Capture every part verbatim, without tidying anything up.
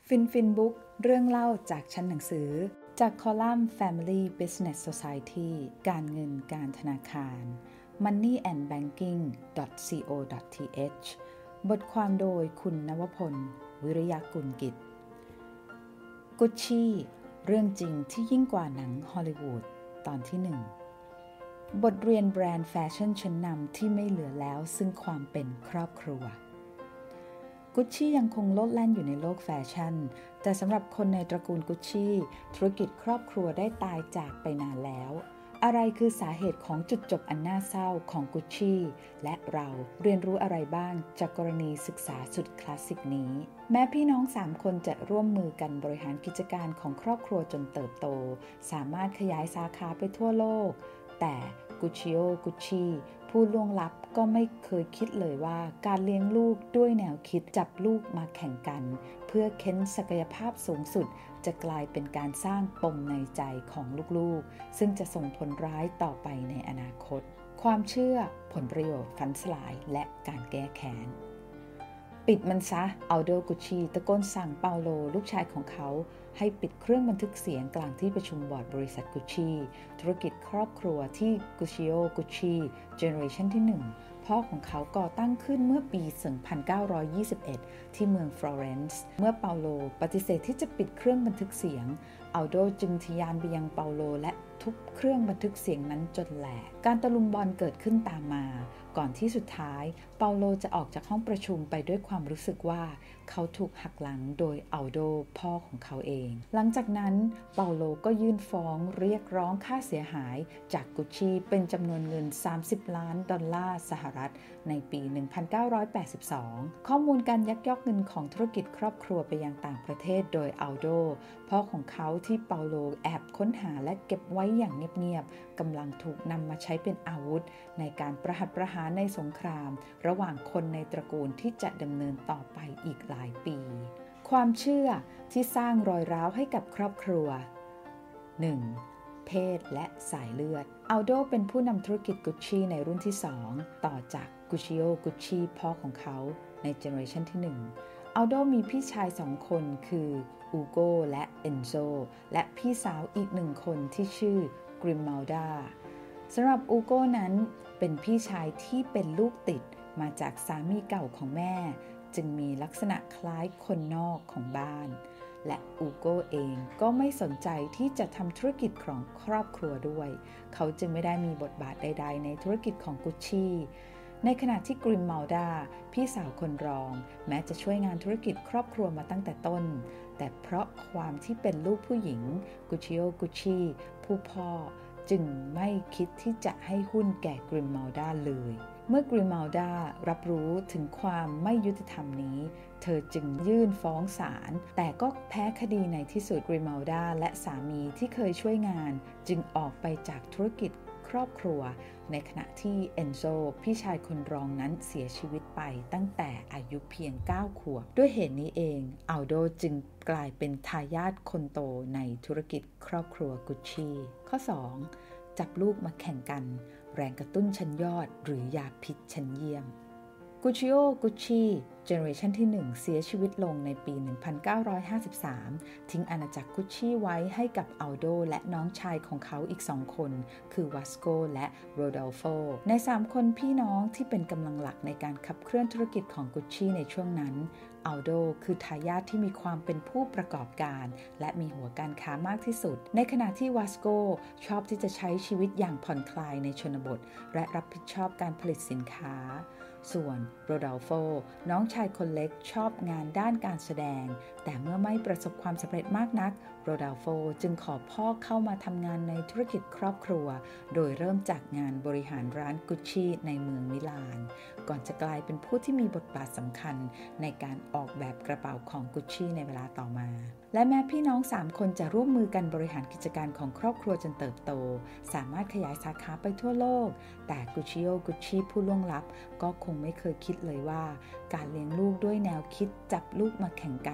ฟินฟินบุ๊กเรื่องเล่าจากชั้นหนังสือจากคอลัมน์ Family Business Society การเงินการธนาคาร money and banking ดอท ซี โอ ดอท ที เอช บทความโดยคุณนวพลวิริยกุลกิจ กุชชี่เรื่องจริงที่ยิ่งกว่าหนังฮอลลีวูดตอนที่หนึ่งบทเรียนแบรนด์แฟชั่นชั้นนำที่ไม่เหลือแล้วซึ่งความเป็นครอบครัวกุชชี่ยังคงโลดแล่นอยู่ในโลกแฟชั่นแต่สำหรับคนในตระกูลกุชชี่ธุรกิจครอบครัวได้ตายจากไปนานแล้วอะไรคือสาเหตุของจุดจบอันน่าเศร้าของกุชชี่และเราเรียนรู้อะไรบ้างจากกรณีศึกษาสุดคลาสสิกนี้แม้พี่น้องสามคนจะร่วมมือกันบริหารกิจการของครอบครัวจนเติบโตสามารถขยายสาขาไปทั่วโลกแต่กุชชิโอกุชชี่ผู้ล่วงลับก็ไม่เคยคิดเลยว่าการเลี้ยงลูกด้วยแนวคิดจับลูกมาแข่งกันเพื่อเค้นศักยภาพสูงสุดจะกลายเป็นการสร้างปมในใจของลูกๆซึ่งจะส่งผลร้ายต่อไปในอนาคตความเชื่อผลประโยชน์ฝันสลายและการแก้แค้นปิดมันซะอัลโดกุชชี่ตะโกนสั่งเปาโลลูกชายของเขาให้ปิดเครื่องบันทึกเสียงกลางที่ประชุมบอร์ดบริษัทกุชชี่ธุรกิจครอบครัวที่กุชชิโอกุชชี่เจเนอเรชันที่หนึ่งพ่อของเขาก่อตั้งขึ้นเมื่อปีหนึ่งพันเก้าร้อยยี่สิบเอ็ดที่เมืองฟลอเรนซ์เมื่อเปาโลปฏิเสธที่จะปิดเครื่องบันทึกเสียงอัลโดจึงทะยานไปยังเปาโลและทุบเครื่องบันทึกเสียงนั้นจนแหลกการตะลุมบอลเกิดขึ้นตามมาก่อนที่สุดท้ายเปาโลจะออกจากห้องประชุมไปด้วยความรู้สึกว่าเขาถูกหักหลังโดยอัลโดพ่อของเขาเองหลังจากนั้นเปาโลก็ยื่นฟ้องเรียกร้องค่าเสียหายจากกุชชี่เป็นจำนวนเงินสามสิบล้านดอลลาร์สหรัฐในปีหนึ่งพันเก้าร้อยแปดสิบสองข้อมูลการยักยอกเงินของธุรกิจครอบครัวไปยังต่างประเทศโดยอัลโดพ่อของเขาที่เปาโลแอบค้นหาและเก็บไว้อย่างเงียบๆกำลังถูกนำมาใช้เป็นอาวุธในการประหัตประหารในสงครามระหว่างคนในตระกูลที่จะดำเนินต่อไปอีกหลายปีความเชื่อที่สร้างรอยร้าวให้กับครอบครัว หนึ่ง. เพศและสายเลือดอัลโดเป็นผู้นำธุรกิจกุชชี่ในรุ่นที่สองต่อจากกุชชิโอกุชชี่พ่อของเขาในเจเนอเรชันที่หนึ่งอัลโดมีพี่ชายสองคนคืออูโกและเอนโซและพี่สาวอีกหนึ่งคนที่ชื่อกริมมัลดาสำหรับอูโกนั้นเป็นพี่ชายที่เป็นลูกติดมาจากสามีเก่าของแม่จึงมีลักษณะคล้ายคนนอกของบ้านและอูโกเองก็ไม่สนใจที่จะทำธุรกิจของครอบครัวด้วยเขาจึงไม่ได้มีบทบาทใดๆในธุรกิจของกุชชี่ในขณะที่กริมมัลดาพี่สาวคนรองแม้จะช่วยงานธุรกิจครอบครัวมาตั้งแต่ต้นแต่เพราะความที่เป็นลูกผู้หญิงกุชชิโอกุชชี่ผู้พ่อจึงไม่คิดที่จะให้หุ้นแก่กริมมัลดาเลยเมื่อกริมมัลดารับรู้ถึงความไม่ยุติธรรมนี้เธอจึงยื่นฟ้องศาลแต่ก็แพ้คดีในที่สุดกริมมัลดาและสามีที่เคยช่วยงานจึงออกไปจากธุรกิจครอบครัวในขณะที่เอนโซพี่ชายคนรองนั้นเสียชีวิตไปตั้งแต่อายุเพียงเก้าขวบด้วยเหตุนี้เองอัลโดจึงกลายเป็นทายาทคนโตในธุรกิจครอบครัวกุชชี่ข้อสองจับลูกมาแข่งกันแรงกระตุ้นชั้นยอดหรือยาพิษชั้นเยี่ยมกุชชิโอกุชชี่เจเนอเรชันที่หนึ่งเสียชีวิตลงในปี หนึ่งพันเก้าร้อยห้าสิบสาม ทิ้งอาณาจักรกุชชี่ไว้ให้กับอัลโดและน้องชายของเขาอีกสองคนคือวาสโกและโรดัลโฟในสามคนพี่น้องที่เป็นกำลังหลักในการขับเคลื่อนธุรกิจของกุชชี่ในช่วงนั้นอัลโดคือทายาทที่มีความเป็นผู้ประกอบการและมีหัวการค้ามากที่สุดในขณะที่วาสโกชอบที่จะใช้ชีวิตอย่างผ่อนคลายในชนบทและรับผิดชอบการผลิตสินค้าส่วนโรดัลโฟน้องชายคนเล็กชอบงานด้านการแสดงแต่เมื่อไม่ประสบความสำเร็จมากนักโรดัลโฟจึงขอพ่อเข้ามาทำงานในธุรกิจครอบครัวโดยเริ่มจากงานบริหารร้านกุชชี่ในเมืองมิลานก่อนจะกลายเป็นผู้ที่มีบทบาทสำคัญในการออกแบบกระเป๋าของกุชชี่ในเวลาต่อมาและแม้พี่น้องสามคนจะร่วมมือกันบริหารกิจการของครอบครัวจนเติบโตสามารถขยายสาขาไปทั่วโลกแต่กุชชิโอกุชชี่ผู้ล่วงลับก็คงไม่เคยคิดเลยว่าการเลี้ยงลูกด้วยแนวคิดจับลูกมาแข่งกัน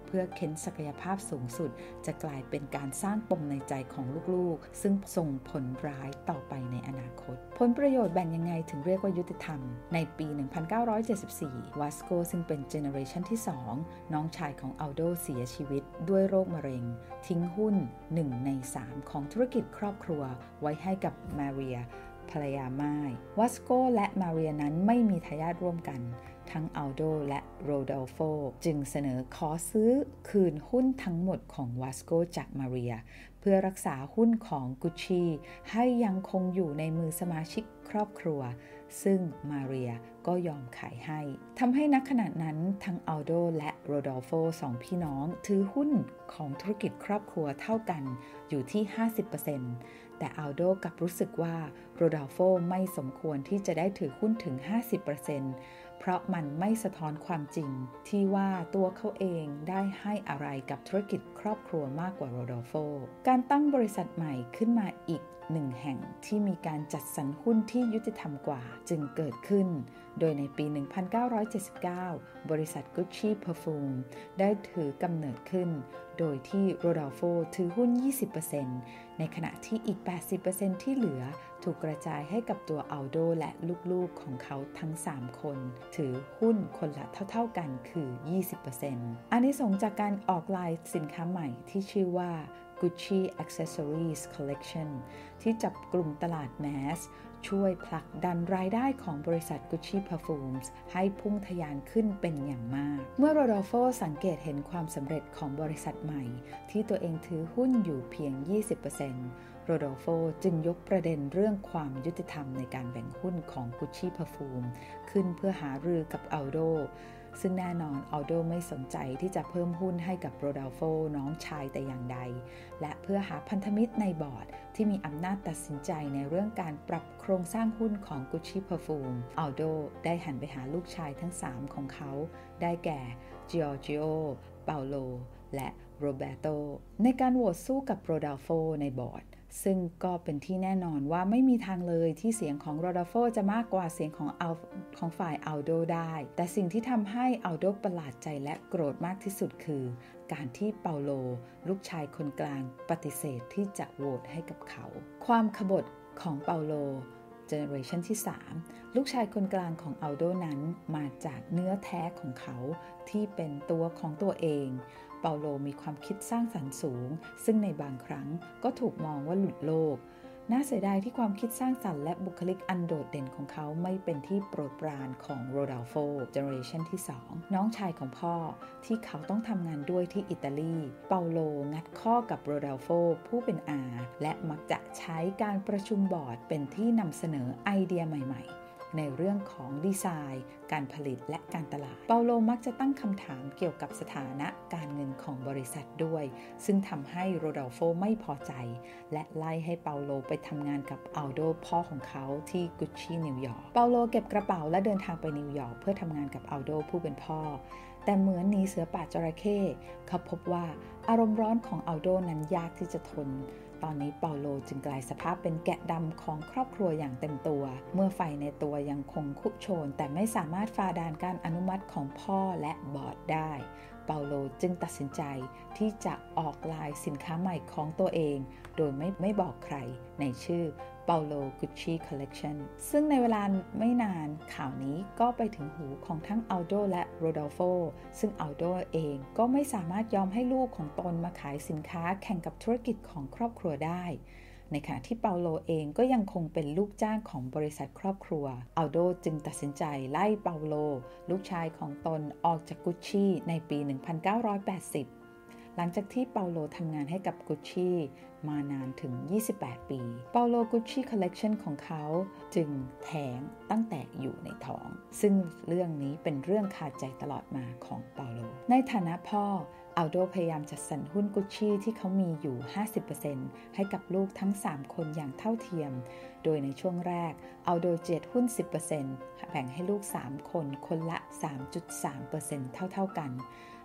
เพื่อเค้นศักยภาพสูงสุดจะกลายเป็นการสร้างปมในใจของลูกๆซึ่งส่งผลร้ายต่อไปในอนาคตผลประโยชน์แบ่งยังไงถึงเรียกว่ายุติธรรมในปี หนึ่งพันเก้าร้อยเจ็ดสิบสี่ วาสโกซึ่งเป็นเจเนอเรชันที่สองน้องชายของอัลโดเสียชีวิตด้วยโรคมะเร็งทิ้งหุ้นหนึ่งในสามของธุรกิจครอบครัวไว้ให้กับมาเรียภรรยาม่ายวาสโกและมาเรียนั้นไม่มีทายาทร่วมกันทั้งอัลโดและโรดัลโฟจึงเสนอขอซื้อคืนหุ้นทั้งหมดของวาสโกจากมาเรียเพื่อรักษาหุ้นของกุชชี่ให้ยังคงอยู่ในมือสมาชิกครอบครัวซึ่งมาเรียก็ยอมขายให้ทำให้ณขณะนั้นทั้งอัลโดและโรดัลโฟสองพี่น้องถือหุ้นของธุรกิจครอบครัวเท่ากันอยู่ที่ ห้าสิบเปอร์เซ็นต์ แต่อัลโดกลับรู้สึกว่าโรดัลโฟไม่สมควรที่จะได้ถือหุ้นถึง ห้าสิบเปอร์เซ็นต์เพราะมันไม่สะท้อนความจริงที่ว่าตัวเขาเองได้ให้อะไรกับธุรกิจครอบครัวมากกว่าโรดัลโฟการตั้งบริษัทใหม่ขึ้นมาอีกหนึ่งแห่งที่มีการจัดสรรหุ้นที่ยุติธรรมกว่าจึงเกิดขึ้นโดยในปี หนึ่งพันเก้าร้อยเจ็ดสิบเก้า บริษัท Gucci Perfume ได้ถือกำเนิดขึ้นโดยที่โรดัลโฟถือหุ้น ยี่สิบเปอร์เซ็นต์ ในขณะที่อีก แปดสิบเปอร์เซ็นต์ ที่เหลือถูกกระจายให้กับตัวอัลโดและลูกๆของเขาทั้งสามคนถือหุ้นคนละเท่าๆกันคือ ยี่สิบเปอร์เซ็นต์ อานิสงส์จากการออกลายสินค้าใหม่ที่ชื่อว่า Gucci Accessories Collection ที่จับกลุ่มตลาดแมสช่วยผลักดันรายได้ของบริษัท Gucci Perfumes ให้พุ่งทะยานขึ้นเป็นอย่างมากเมื่อโรดัลโฟสังเกตเห็นความสำเร็จของบริษัทใหม่ที่ตัวเองถือหุ้นอยู่เพียง ยี่สิบเปอร์เซ็นต์ โรดัลโฟจึงยกประเด็นเรื่องความยุติธรรมในการแบ่งหุ้นของ Gucci Perfume ขึ้นเพื่อหารือกับอัลโดซึ่งแน่นอนอัลโดไม่สนใจที่จะเพิ่มหุ้นให้กับโรดัลโฟน้องชายแต่อย่างใดและเพื่อหาพันธมิตรในบอร์ดที่มีอำนาจตัดสินใจในเรื่องการปรับโครงสร้างหุ้นของ Gucci Perfume อัลโดได้หันไปหาลูกชายทั้งสามของเขาได้แก่ Giorgio, Paolo และโรเบโตในการโหวตสู้กับโรดัลโฟในบอร์ดซึ่งก็เป็นที่แน่นอนว่าไม่มีทางเลยที่เสียงของโรดัลโฟจะมากกว่าเสียงของอัลของฝ่ายอัลโดได้แต่สิ่งที่ทำให้อัลโดประหลาดใจและโกรธมากที่สุดคือการที่เปาโลลูกชายคนกลางปฏิเสธที่จะโหวตให้กับเขาความขบถของเปาโลเจเนอเรชันที่สามลูกชายคนกลางของอัลโดนั้นมาจากเนื้อแท้ของเขาที่เป็นตัวของตัวเองเปาโลมีความคิดสร้างสรรค์สูงซึ่งในบางครั้งก็ถูกมองว่าหลุดโลกน่าเสียดายที่ความคิดสร้างสรรค์และบุคลิกอันโดดเด่นของเขาไม่เป็นที่โปรดปรานของโรดัลโฟเจเนอเรชันที่สองน้องชายของพ่อที่เขาต้องทำงานด้วยที่อิตาลีเปาโลงัดข้อกับโรดัลโฟผู้เป็นอาและมักจะใช้การประชุมบอร์ดเป็นที่นำเสนอไอเดียใหม่ๆในเรื่องของดีไซน์การผลิตและการตลาดเปาโลมักจะตั้งคำถามเกี่ยวกับสถานะการเงินของบริษัทด้วยซึ่งทำให้โรดัลโฟไม่พอใจและไล่ให้เปาโลไปทำงานกับอัลโดพ่อของเขาที่กุชชี่นิวยอร์กเปาโลเก็บกระเป๋าและเดินทางไปนิวยอร์กเพื่อทำงานกับอัลโดผู้เป็นพ่อแต่เหมือนหนีเสือป่าจระเข้เขาพบว่าอารมณ์ร้อนของอัลโดนั้นยากที่จะทนตอนนี้เปาโลจึงกลายสภาพเป็นแกะดำของครอบครัวอย่างเต็มตัวเมื่อไฟในตัวยังคงคุโชนแต่ไม่สามารถฝ่าด่านการอนุมัติของพ่อและบอร์ดได้เปาโลจึงตัดสินใจที่จะออกลายสินค้าใหม่ของตัวเองโดยไม่ไม่บอกใครในชื่อเปาโล Gucci Collection ซึ่งในเวลาไม่นานข่าวนี้ก็ไปถึงหูของทั้งอัลโดและโรดัลโฟซึ่งอัลโดเองก็ไม่สามารถยอมให้ลูกของตนมาขายสินค้าแข่งกับธุรกิจของครอบครัวได้ในขณะที่เปาโลเองก็ยังคงเป็นลูกจ้างของบริษัทครอบครัวอัลโดจึงตัดสินใจไล่เปาโลลูกชายของตนออกจากกุชชี่ในปี หนึ่งพันเก้าร้อยแปดสิบหลังจากที่เปาโลทำงานให้กับกุชชี่มานานถึงยี่สิบแปดปีเปาโล Gucci Collection ของเขาจึงแท้งตั้งแต่อยู่ในท้องซึ่งเรื่องนี้เป็นเรื่องคาใจตลอดมาของเปาโลในฐานะพ่ออัลโดพยายามจัดสรรหุ้นกุชชี่ที่เขามีอยู่ ห้าสิบเปอร์เซ็นต์ ให้กับลูกทั้งสามคนอย่างเท่าเทียมโดยในช่วงแรกอัลโดเจ็ดหุ้น สิบเปอร์เซ็นต์ แบ่งให้ลูกสามคนคนละ สามจุดสามเปอร์เซ็นต์ เท่าๆกัน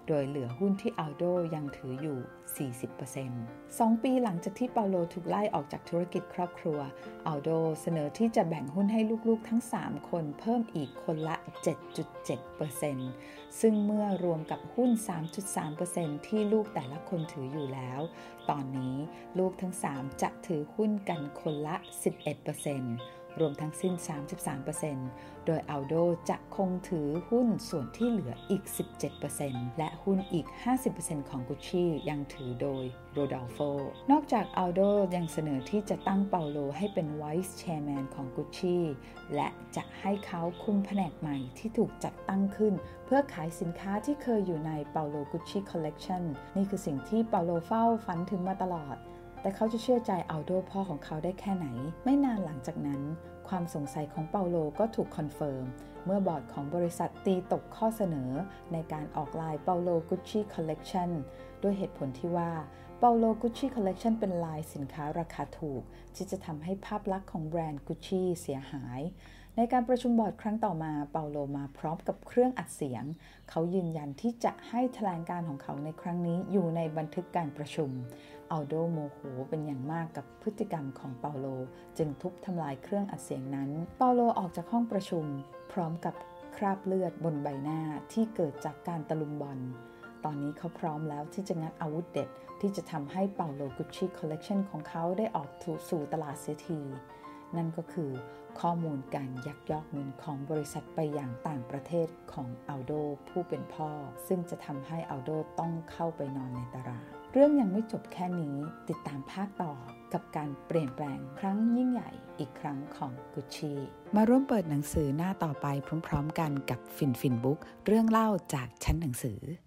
โดยเหลือหุ้นที่ Aldo ยังถืออยู่ สี่สิบเปอร์เซ็นต์ สองปีหลังจากที่เปาโลถูกไล่ออกจากธุรกิจครอบครัว Aldo เสนอที่จะแบ่งหุ้นให้ลูกๆทั้งสามคนเพิ่มอีกคนละ เจ็ดจุดเจ็ดเปอร์เซ็นต์ ซึ่งเมื่อรวมกับหุ้น สามจุดสามเปอร์เซ็นต์ ที่ลูกแต่ละคนถืออยู่แล้วตอนนี้ลูกทั้งสามจะถือหุ้นกันคนละ สิบเอ็ดเปอร์เซ็นต์ รวมทั้งสิ้น สามสิบสามเปอร์เซ็นต์ โดย Aldo จะคงถือหุ้นส่วนที่เหลืออีก สิบเจ็ดเปอร์เซ็นต์ และหุ้นอีก ห้าสิบเปอร์เซ็นต์ ของ Gucci ยังถือโดย Rodolfo นอกจาก Aldo ยังเสนอที่จะตั้งเปาโลให้เป็น Vice Chairman ของ Gucci และจะให้เขาคุมแผนกใหม่ที่ถูกจัดตั้งขึ้นเพื่อขายสินค้าที่เคยอยู่ใน Paolo Gucci Collection นี่คือสิ่งที่เปาโลเฝ้าฝันถึงมาตลอดแต่เขาจะเชื่อใจ Aldo พ่อของเขาได้แค่ไหนไม่นานหลังจากนั้นความสงสัยของเปาโลก็ถูกคอนเฟิร์มเมื่อบอร์ดของบริษัทตีตกข้อเสนอในการออกลาย Paolo Gucci Collection ด้วยเหตุผลที่ว่า Paolo Gucci Collection เป็นลายสินค้าราคาถูกที่จะทำให้ภาพลักษณ์ของแบรนด์ Gucci เสียหายในการประชุมบอร์ดครั้งต่อมาเปาโลมาพร้อมกับเครื่องอัดเสียงเขายืนยันที่จะให้แถลงการของเขาในครั้งนี้อยู่ในบันทึกการประชุมAldo โมโหเป็นอย่างมากกับพฤติกรรมของเปาโลจึงทุบทำลายเครื่องอัดเสียงนั้นเปาโลออกจากห้องประชุมพร้อมกับคราบเลือดบนใบหน้าที่เกิดจากการตะลุมบอลตอนนี้เขาพร้อมแล้วที่จะงัดอาวุธเด็ดที่จะทำให้เปาโล Gucci Collection ของเขาได้ออกสู่ตลาดเสียทีนั่นก็คือข้อมูลการยักยอกเงินของบริษัทไปอย่างต่างประเทศของ Aldo ผู้เป็นพ่อซึ่งจะทำให้ Aldo ต้องเข้าไปนอนในตารางเรื่องยังไม่จบแค่นี้ติดตามภาคต่อกับการเปลี่ยนแปลงครั้งยิ่งใหญ่อีกครั้งของ Gucci มาร่วมเปิดหนังสือหน้าต่อไปพร้อมๆกันกับฟินฟินบุ๊กเรื่องเล่าจากชั้นหนังสือ